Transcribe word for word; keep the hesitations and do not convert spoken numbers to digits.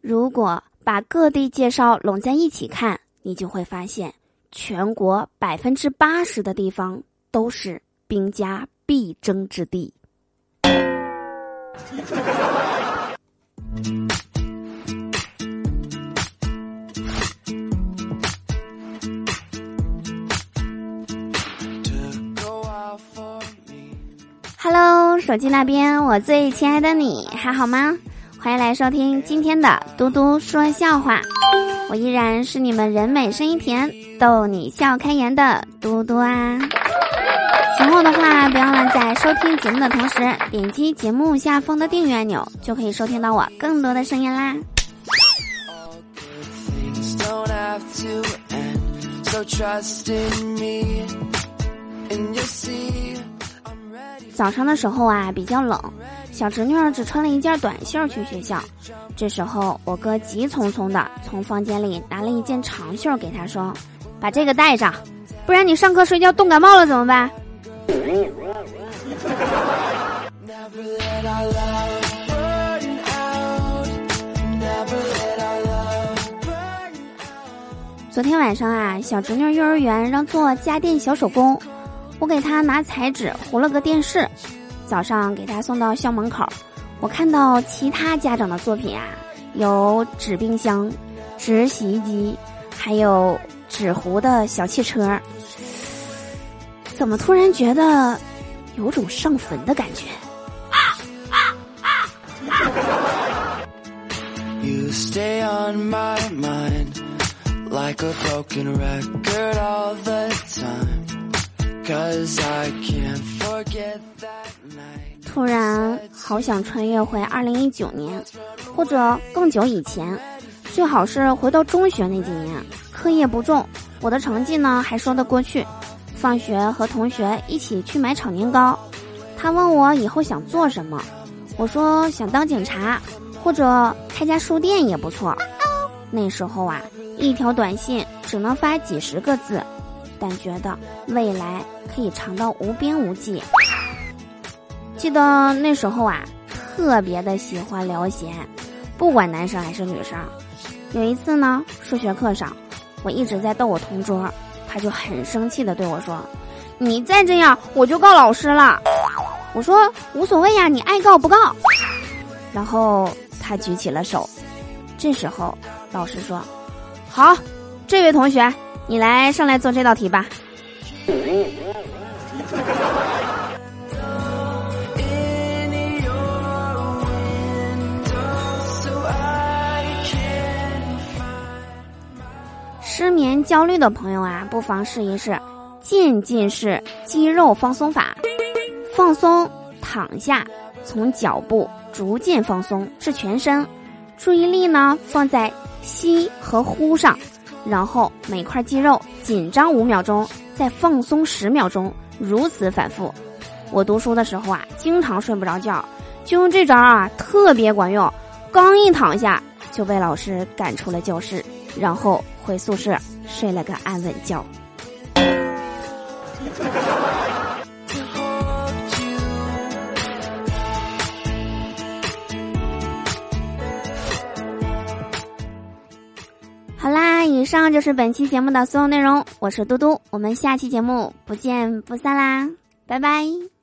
如果把各地介绍拢在一起看，你就会发现全国百分之八十的地方都是兵家必争之地。Hello， 手机那边我最亲爱的你还好吗？欢迎来收听今天的嘟嘟说笑话，我依然是你们人美声音甜逗你笑开颜的嘟嘟啊。喜欢我的话，不要忘了在收听节目的同时点击节目下方的订阅按钮，就可以收听到我更多的声音啦。早上的时候啊比较冷，小侄女儿只穿了一件短袖去学校。这时候我哥急匆匆的从房间里拿了一件长袖给她说，把这个带上，不然你上课睡觉冻感冒了怎么办？昨天晚上啊，小侄女幼儿园让做家电小手工，我给她拿彩纸糊了个电视。早上给她送到校门口，我看到其他家长的作品啊，有纸冰箱、纸洗衣机，还有纸糊的小汽车。怎么突然觉得有种上坟的感觉？啊啊啊！You stay on my mind like a broken record all the time, 'cause I can't forget that night. 突然好想穿越回二零一九年，或者更久以前，最好是回到中学那几年，课业不重，我的成绩呢还说得过去。放学和同学一起去买炒年糕，他问我以后想做什么，我说想当警察，或者开家书店也不错。那时候啊，一条短信只能发几十个字，但觉得未来可以长到无边无际。记得那时候啊，特别的喜欢聊闲，不管男生还是女生。有一次呢，数学课上，我一直在逗我同桌，他就很生气的对我说，你再这样我就告老师了。我说无所谓呀，你爱告不告。然后他举起了手。这时候老师说，好，这位同学，你来上来做这道题吧。失眠焦虑的朋友啊，不妨试一试渐进式肌肉放松法。放松，躺下，从脚部逐渐放松至全身，注意力呢放在吸和呼上，然后每块肌肉紧张五秒钟，再放松十秒钟，如此反复。我读书的时候啊，经常睡不着觉，就用这招啊，特别管用。刚一躺下就被老师赶出了教室，然后回宿舍睡了个安稳觉。好啦，以上就是本期节目的所有内容，我是嘟嘟，我们下期节目不见不散啦，拜拜。